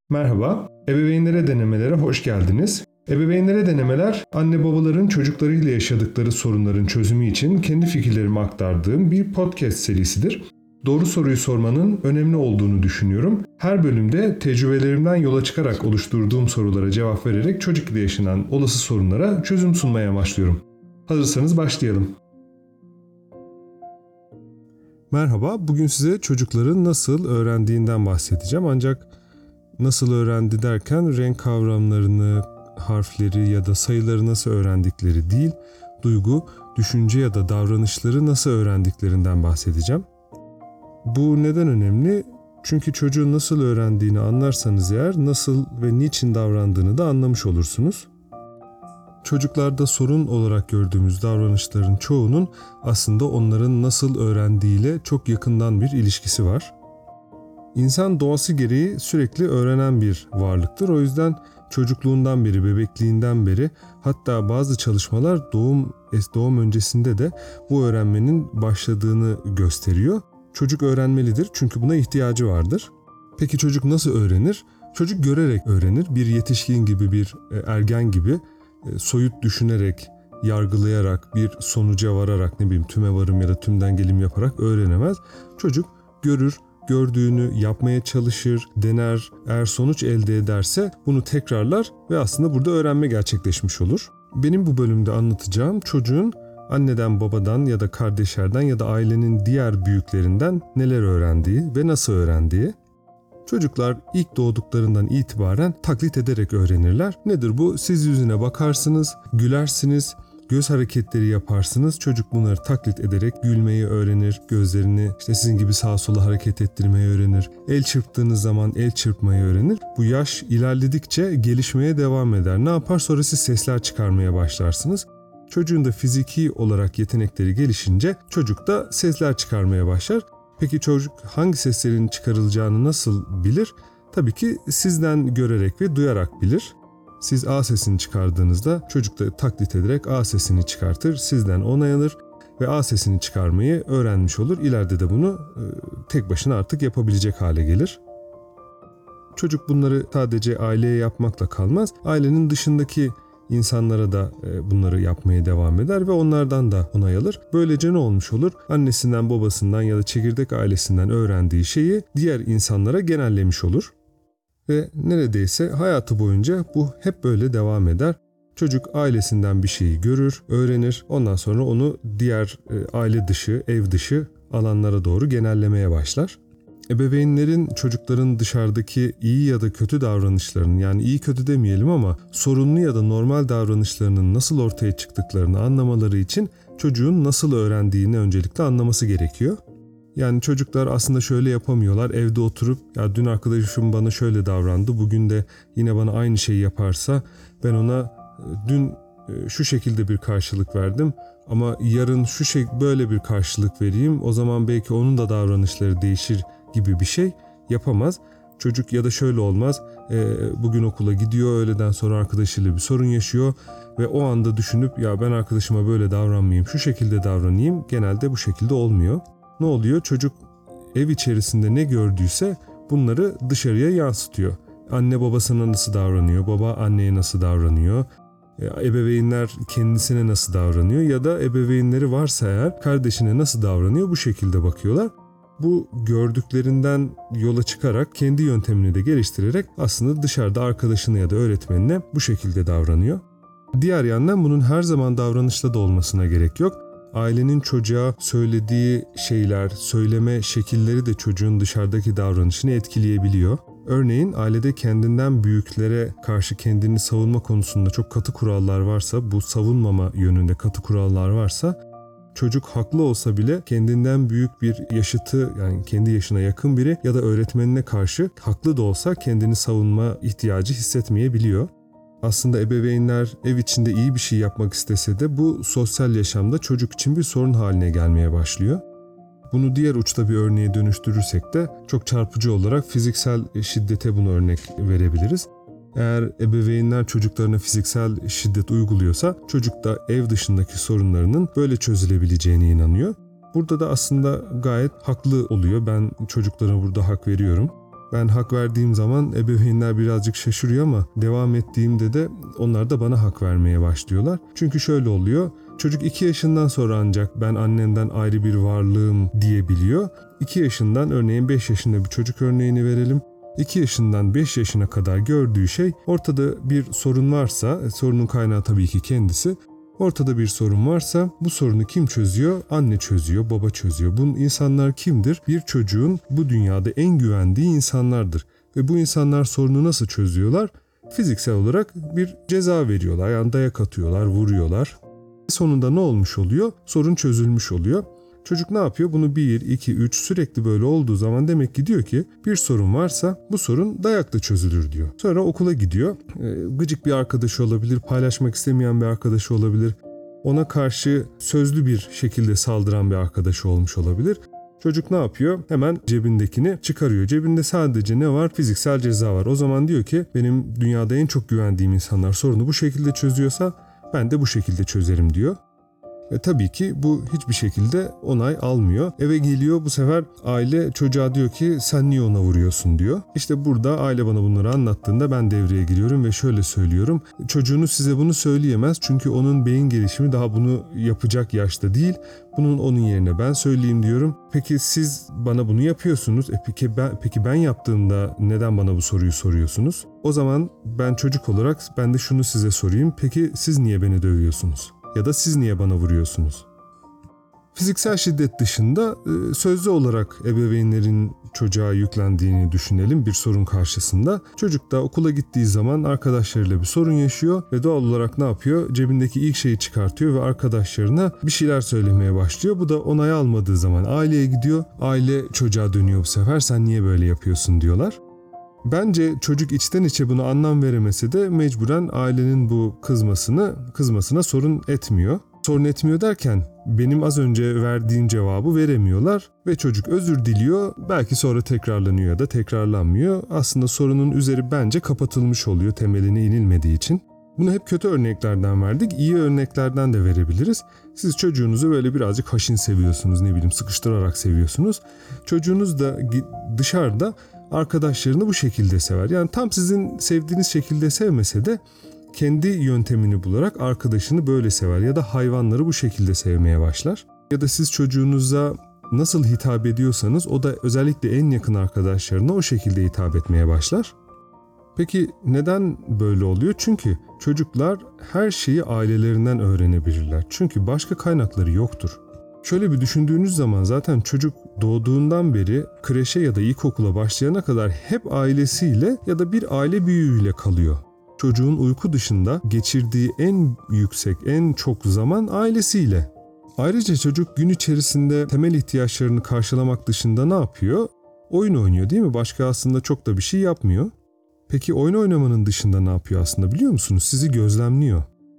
Merhaba, Ebeveynlere Denemelere hoş geldiniz. Ebeveynlere Denemeler, anne babaların çocuklarıyla yaşadıkları sorunların çözümü için kendi fikirlerimi aktardığım bir podcast serisidir. Doğru soruyu sormanın önemli olduğunu düşünüyorum. Her bölümde tecrübelerimden yola çıkarak oluşturduğum sorulara cevap vererek çocuk ile yaşanan olası sorunlara çözüm sunmaya amaçlıyorum. Hazırsanız başlayalım. Merhaba, bugün size çocukların nasıl öğrendiğinden bahsedeceğim. Ancak nasıl öğrendi derken renk kavramlarını, harfleri ya da sayıları nasıl öğrendikleri değil, duygu, düşünce ya da davranışları nasıl öğrendiklerinden bahsedeceğim. Bu neden önemli? Çünkü çocuğun nasıl öğrendiğini anlarsanız eğer nasıl ve niçin davrandığını da anlamış olursunuz. Çocuklarda sorun olarak gördüğümüz davranışların çoğunun aslında onların nasıl öğrendiğiyle çok yakından bir ilişkisi var. İnsan doğası gereği sürekli öğrenen bir varlıktır. O yüzden çocukluğundan beri, bebekliğinden beri, hatta bazı çalışmalar doğum öncesinde de bu öğrenmenin başladığını gösteriyor. Çocuk öğrenmelidir çünkü buna ihtiyacı vardır. Peki çocuk nasıl öğrenir? Çocuk görerek öğrenir. Bir yetişkin gibi, bir ergen gibi soyut düşünerek, yargılayarak, bir sonuca vararak, tüme varım ya da tümden gelim yaparak öğrenemez. Çocuk görür, gördüğünü yapmaya çalışır, dener, eğer sonuç elde ederse bunu tekrarlar ve aslında burada öğrenme gerçekleşmiş olur. Benim bu bölümde anlatacağım çocuğun anneden, babadan ya da kardeşlerden ya da ailenin diğer büyüklerinden neler öğrendiği ve nasıl öğrendiği. Çocuklar ilk doğduklarından itibaren taklit ederek öğrenirler. Nedir bu? Siz yüzüne bakarsınız, gülersiniz, göz hareketleri yaparsınız. Çocuk bunları taklit ederek gülmeyi öğrenir. Gözlerini sizin gibi sağa sola hareket ettirmeyi öğrenir. El çırptığınız zaman el çırpmayı öğrenir. Bu yaş ilerledikçe gelişmeye devam eder. Ne yapar? Sonra siz sesler çıkarmaya başlarsınız. Çocuğun da fiziki olarak yetenekleri gelişince çocuk da sesler çıkarmaya başlar. Peki çocuk hangi seslerin çıkarılacağını nasıl bilir? Tabii ki sizden görerek ve duyarak bilir. Siz A sesini çıkardığınızda çocuk da taklit ederek A sesini çıkartır, sizden onay alır ve A sesini çıkarmayı öğrenmiş olur. İleride de bunu tek başına artık yapabilecek hale gelir. Çocuk bunları sadece aileye yapmakla kalmaz, ailenin dışındaki İnsanlara da bunları yapmaya devam eder ve onlardan da onay alır. Böylece ne olmuş olur? Annesinden, babasından ya da çekirdek ailesinden öğrendiği şeyi diğer insanlara genellemiş olur. Ve neredeyse hayatı boyunca bu hep böyle devam eder. Çocuk ailesinden bir şeyi görür, öğrenir. Ondan sonra onu diğer aile dışı, ev dışı alanlara doğru genellemeye başlar. Ebeveynlerin çocukların dışarıdaki iyi ya da kötü davranışlarının, yani iyi kötü demeyelim ama sorunlu ya da normal davranışlarının nasıl ortaya çıktıklarını anlamaları için çocuğun nasıl öğrendiğini öncelikle anlaması gerekiyor. Yani çocuklar aslında şöyle yapamıyorlar, evde oturup ya dün arkadaşım bana şöyle davrandı, bugün de yine bana aynı şeyi yaparsa ben ona dün şu şekilde bir karşılık verdim ama yarın böyle bir karşılık vereyim, o zaman belki onun da davranışları değişir gibi bir şey yapamaz. Çocuk ya da şöyle olmaz, bugün okula gidiyor, öğleden sonra arkadaşıyla bir sorun yaşıyor ve o anda düşünüp ya ben arkadaşıma böyle davranmayayım, şu şekilde davranayım, genelde bu şekilde olmuyor. Ne oluyor? Çocuk ev içerisinde ne gördüyse bunları dışarıya yansıtıyor. Anne babasına nasıl davranıyor, baba anneye nasıl davranıyor, ebeveynler kendisine nasıl davranıyor ya da ebeveynleri varsa eğer kardeşine nasıl davranıyor, bu şekilde bakıyorlar. Bu gördüklerinden yola çıkarak kendi yöntemini de geliştirerek aslında dışarıda arkadaşına ya da öğretmenine bu şekilde davranıyor. Diğer yandan bunun her zaman davranışta da olmasına gerek yok. Ailenin çocuğa söylediği şeyler, söyleme şekilleri de çocuğun dışarıdaki davranışını etkileyebiliyor. Örneğin ailede kendinden büyüklere karşı kendini savunma konusunda çok katı kurallar varsa, bu savunmama yönünde katı kurallar varsa, çocuk haklı olsa bile kendinden büyük bir yaşıtı, yani kendi yaşına yakın biri ya da öğretmenine karşı haklı da olsa kendini savunma ihtiyacı hissetmeyebiliyor. Aslında ebeveynler ev içinde iyi bir şey yapmak istese de bu sosyal yaşamda çocuk için bir sorun haline gelmeye başlıyor. Bunu diğer uçta bir örneğe dönüştürürsek de çok çarpıcı olarak fiziksel şiddete bunu örnek verebiliriz. Eğer ebeveynler çocuklarına fiziksel şiddet uyguluyorsa çocuk da ev dışındaki sorunlarının böyle çözülebileceğine inanıyor. Burada da aslında gayet haklı oluyor. Ben çocuklara burada hak veriyorum. Ben hak verdiğim zaman ebeveynler birazcık şaşırıyor ama devam ettiğimde de onlar da bana hak vermeye başlıyorlar. Çünkü şöyle oluyor. Çocuk 2 yaşından sonra ancak ben annemden ayrı bir varlığım diyebiliyor. 2 yaşından örneğin 5 yaşında bir çocuk örneğini verelim. 2 yaşından 5 yaşına kadar gördüğü şey ortada bir sorun varsa, sorunun kaynağı tabii ki kendisi. Ortada bir sorun varsa bu sorunu kim çözüyor? Anne çözüyor, baba çözüyor. Bu insanlar kimdir? Bir çocuğun bu dünyada en güvendiği insanlardır. Ve bu insanlar sorunu nasıl çözüyorlar? Fiziksel olarak bir ceza veriyorlar. Yani dayak atıyorlar, vuruyorlar. Sonunda ne olmuş oluyor? Sorun çözülmüş oluyor. Çocuk ne yapıyor? Bunu 1, 2, 3 sürekli böyle olduğu zaman demek ki diyor ki bir sorun varsa bu sorun dayakla çözülür diyor. Sonra okula gidiyor. Gıcık bir arkadaşı olabilir, paylaşmak istemeyen bir arkadaşı olabilir. Ona karşı sözlü bir şekilde saldıran bir arkadaşı olmuş olabilir. Çocuk ne yapıyor? Hemen cebindekini çıkarıyor. Cebinde sadece ne var? Fiziksel ceza var. O zaman diyor ki benim dünyada en çok güvendiğim insanlar sorunu bu şekilde çözüyorsa ben de bu şekilde çözerim diyor. Tabii ki bu hiçbir şekilde onay almıyor. Eve geliyor, bu sefer aile çocuğa diyor ki sen niye ona vuruyorsun diyor. İşte burada aile bana bunları anlattığında ben devreye giriyorum ve şöyle söylüyorum. Çocuğunuz size bunu söyleyemez çünkü onun beyin gelişimi daha bunu yapacak yaşta değil. Bunun onun yerine ben söyleyeyim diyorum. Peki siz bana bunu yapıyorsunuz. Peki ben yaptığımda neden bana bu soruyu soruyorsunuz? O zaman ben çocuk olarak ben de şunu size sorayım. Peki siz niye beni dövüyorsunuz? Ya da siz niye bana vuruyorsunuz? Fiziksel şiddet dışında sözlü olarak ebeveynlerin çocuğa yüklendiğini düşünelim bir sorun karşısında. Çocuk da okula gittiği zaman arkadaşlarıyla bir sorun yaşıyor ve doğal olarak ne yapıyor? Cebindeki ilk şeyi çıkartıyor ve arkadaşlarına bir şeyler söylemeye başlıyor. Bu da onay almadığı zaman aileye gidiyor. Aile çocuğa dönüyor bu sefer. Sen niye böyle yapıyorsun diyorlar. Bence çocuk içten içe buna anlam veremese de mecburen ailenin bu kızmasına sorun etmiyor. Sorun etmiyor derken benim az önce verdiğim cevabı veremiyorlar ve çocuk özür diliyor. Belki sonra tekrarlanıyor ya da tekrarlanmıyor. Aslında sorunun üzeri bence kapatılmış oluyor temeline inilmediği için. Bunu hep kötü örneklerden verdik. İyi örneklerden de verebiliriz. Siz çocuğunuzu böyle birazcık haşin seviyorsunuz, sıkıştırarak seviyorsunuz. Çocuğunuz da dışarıda arkadaşlarını bu şekilde sever. Yani tam sizin sevdiğiniz şekilde sevmese de kendi yöntemini bularak arkadaşını böyle sever ya da hayvanları bu şekilde sevmeye başlar. Ya da siz çocuğunuza nasıl hitap ediyorsanız o da özellikle en yakın arkadaşlarına o şekilde hitap etmeye başlar. Peki neden böyle oluyor? Çünkü çocuklar her şeyi ailelerinden öğrenebilirler. Çünkü başka kaynakları yoktur. Şöyle bir düşündüğünüz zaman zaten çocuk doğduğundan beri kreşe ya da ilkokula başlayana kadar hep ailesiyle ya da bir aile büyüğüyle kalıyor. Çocuğun uyku dışında geçirdiği en yüksek, en çok zaman ailesiyle. Ayrıca çocuk gün içerisinde temel ihtiyaçlarını karşılamak dışında ne yapıyor? Oyun oynuyor değil mi? Başka aslında çok da bir şey yapmıyor. Peki oyun oynamanın dışında ne yapıyor aslında biliyor musunuz? Sizi gözlemliyor.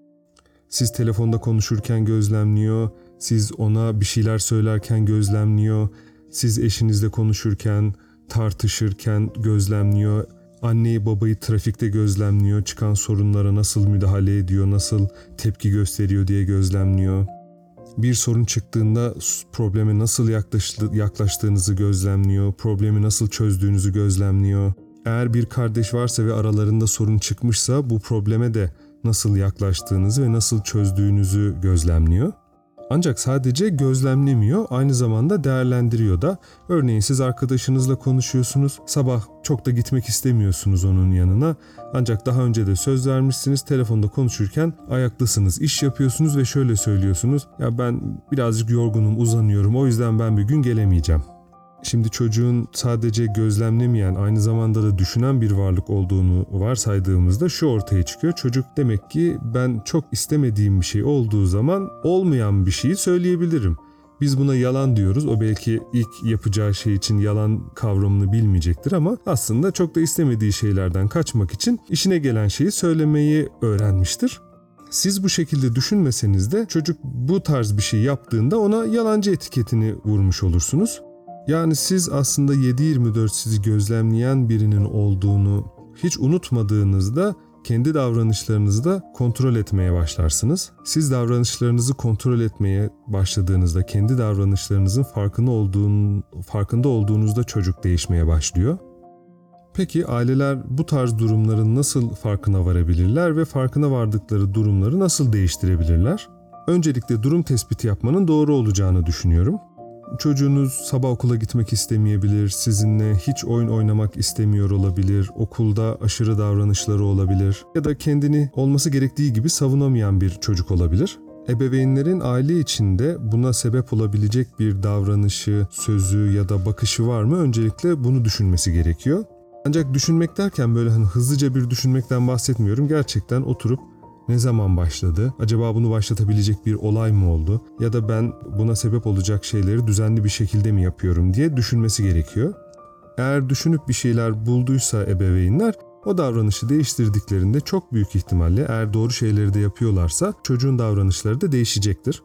Siz telefonda konuşurken gözlemliyor. Siz ona bir şeyler söylerken gözlemliyor. Siz eşinizle konuşurken, tartışırken gözlemliyor. Anneyi babayı trafikte gözlemliyor. Çıkan sorunlara nasıl müdahale ediyor, nasıl tepki gösteriyor diye gözlemliyor. Bir sorun çıktığında probleme nasıl yaklaştığınızı gözlemliyor. Problemi nasıl çözdüğünüzü gözlemliyor. Eğer bir kardeş varsa ve aralarında sorun çıkmışsa bu probleme de nasıl yaklaştığınızı ve nasıl çözdüğünüzü gözlemliyor. Ancak sadece gözlemlemiyor, aynı zamanda değerlendiriyor da. Örneğin siz arkadaşınızla konuşuyorsunuz, sabah çok da gitmek istemiyorsunuz onun yanına. Ancak daha önce de söz vermişsiniz, telefonda konuşurken ayaklısınız, iş yapıyorsunuz ve şöyle söylüyorsunuz. Ya ben birazcık yorgunum, uzanıyorum, o yüzden ben bir gün gelemeyeceğim. Şimdi çocuğun sadece gözlemlemeyen, aynı zamanda da düşünen bir varlık olduğunu varsaydığımızda şu ortaya çıkıyor. Çocuk demek ki ben çok istemediğim bir şey olduğu zaman olmayan bir şeyi söyleyebilirim. Biz buna yalan diyoruz. O belki ilk yapacağı şey için yalan kavramını bilmeyecektir ama aslında çok da istemediği şeylerden kaçmak için işine gelen şeyi söylemeyi öğrenmiştir. Siz bu şekilde düşünmeseniz de çocuk bu tarz bir şey yaptığında ona yalancı etiketini vurmuş olursunuz. Yani siz aslında 7/24 sizi gözlemleyen birinin olduğunu hiç unutmadığınızda kendi davranışlarınızı da kontrol etmeye başlarsınız. Siz davranışlarınızı kontrol etmeye başladığınızda kendi davranışlarınızın farkında olduğunuzda çocuk değişmeye başlıyor. Peki aileler bu tarz durumların nasıl farkına varabilirler ve farkına vardıkları durumları nasıl değiştirebilirler? Öncelikle durum tespiti yapmanın doğru olacağını düşünüyorum. Çocuğunuz sabah okula gitmek istemeyebilir, sizinle hiç oyun oynamak istemiyor olabilir, okulda aşırı davranışları olabilir ya da kendini olması gerektiği gibi savunamayan bir çocuk olabilir. Ebeveynlerin aile içinde buna sebep olabilecek bir davranışı, sözü ya da bakışı var mı? Öncelikle bunu düşünmesi gerekiyor. Ancak düşünmek derken böyle hızlıca bir düşünmekten bahsetmiyorum. Gerçekten oturup ne zaman başladı? Acaba bunu başlatabilecek bir olay mı oldu? Ya da ben buna sebep olacak şeyleri düzenli bir şekilde mi yapıyorum diye düşünmesi gerekiyor. Eğer düşünüp bir şeyler bulduysa ebeveynler, o davranışı değiştirdiklerinde çok büyük ihtimalle eğer doğru şeyleri de yapıyorlarsa çocuğun davranışları da değişecektir.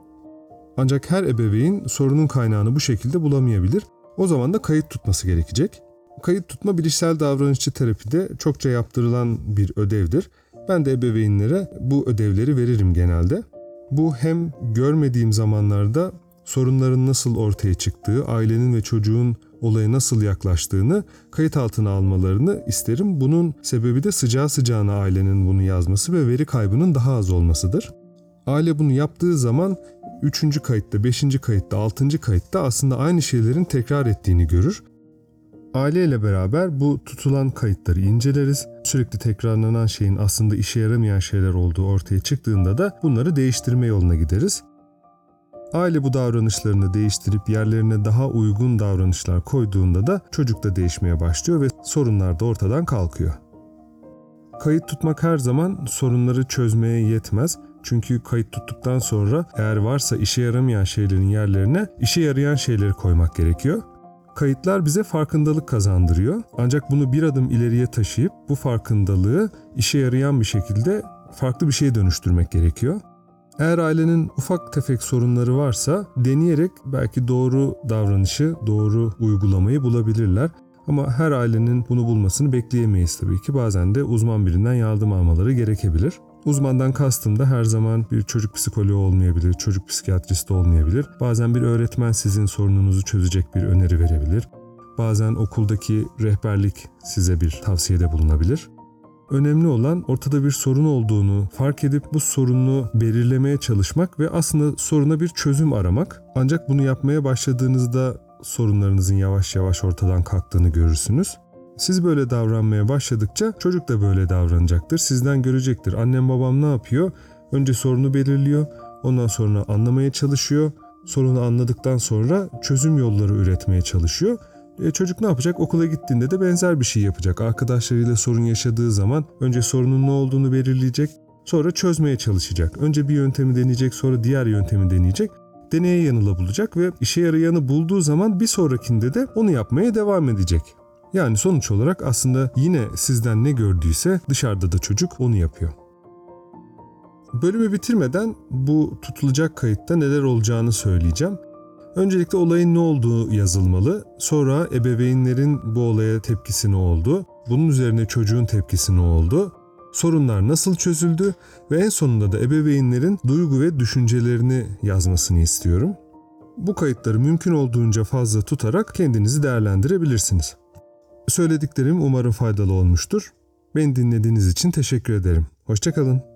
Ancak her ebeveyn sorunun kaynağını bu şekilde bulamayabilir. O zaman da kayıt tutması gerekecek. Kayıt tutma bilişsel davranışçı terapide çokça yaptırılan bir ödevdir. Ben de ebeveynlere bu ödevleri veririm genelde. Bu hem görmediğim zamanlarda sorunların nasıl ortaya çıktığı, ailenin ve çocuğun olaya nasıl yaklaştığını kayıt altına almalarını isterim. Bunun sebebi de sıcağı sıcağına ailenin bunu yazması ve veri kaybının daha az olmasıdır. Aile bunu yaptığı zaman 3. kayıtta, 5. kayıtta, 6. kayıtta aslında aynı şeylerin tekrar ettiğini görür. Aileyle beraber bu tutulan kayıtları inceleriz. Sürekli tekrarlanan şeyin aslında işe yaramayan şeyler olduğu ortaya çıktığında da bunları değiştirme yoluna gideriz. Aile bu davranışlarını değiştirip yerlerine daha uygun davranışlar koyduğunda da çocuk da değişmeye başlıyor ve sorunlar da ortadan kalkıyor. Kayıt tutmak her zaman sorunları çözmeye yetmez. Çünkü kayıt tuttuktan sonra eğer varsa işe yaramayan şeylerin yerlerine işe yarayan şeyleri koymak gerekiyor. Kayıtlar bize farkındalık kazandırıyor. Ancak bunu bir adım ileriye taşıyıp bu farkındalığı işe yarayan bir şekilde farklı bir şeye dönüştürmek gerekiyor. Eğer ailenin ufak tefek sorunları varsa deneyerek belki doğru davranışı, doğru uygulamayı bulabilirler. Ama her ailenin bunu bulmasını bekleyemeyiz tabii ki. Bazen de uzman birinden yardım almaları gerekebilir. Uzmandan kastım da her zaman bir çocuk psikoloğu olmayabilir, çocuk psikiyatristi olmayabilir. Bazen bir öğretmen sizin sorununuzu çözecek bir öneri verebilir. Bazen okuldaki rehberlik size bir tavsiyede bulunabilir. Önemli olan ortada bir sorun olduğunu fark edip bu sorunu belirlemeye çalışmak ve aslında soruna bir çözüm aramak. Ancak bunu yapmaya başladığınızda sorunlarınızın yavaş yavaş ortadan kalktığını görürsünüz. Siz böyle davranmaya başladıkça çocuk da böyle davranacaktır. Sizden görecektir. Annem babam ne yapıyor? Önce sorunu belirliyor. Ondan sonra anlamaya çalışıyor. Sorunu anladıktan sonra çözüm yolları üretmeye çalışıyor. Çocuk ne yapacak? Okula gittiğinde de benzer bir şey yapacak. Arkadaşlarıyla sorun yaşadığı zaman önce sorunun ne olduğunu belirleyecek. Sonra çözmeye çalışacak. Önce bir yöntemi deneyecek, sonra diğer yöntemi deneyecek. Deneye yanıla bulacak ve işe yarayanı bulduğu zaman bir sonrakinde de onu yapmaya devam edecek. Yani sonuç olarak aslında yine sizden ne gördüyse dışarıda da çocuk onu yapıyor. Bölümü bitirmeden bu tutulacak kayıtta neler olacağını söyleyeceğim. Öncelikle olayın ne olduğu yazılmalı. Sonra ebeveynlerin bu olaya tepkisi ne oldu? Bunun üzerine çocuğun tepkisi ne oldu? Sorunlar nasıl çözüldü? Ve en sonunda da ebeveynlerin duygu ve düşüncelerini yazmasını istiyorum. Bu kayıtları mümkün olduğunca fazla tutarak kendinizi değerlendirebilirsiniz. Söylediklerim umarım faydalı olmuştur. Beni dinlediğiniz için teşekkür ederim. Hoşça kalın.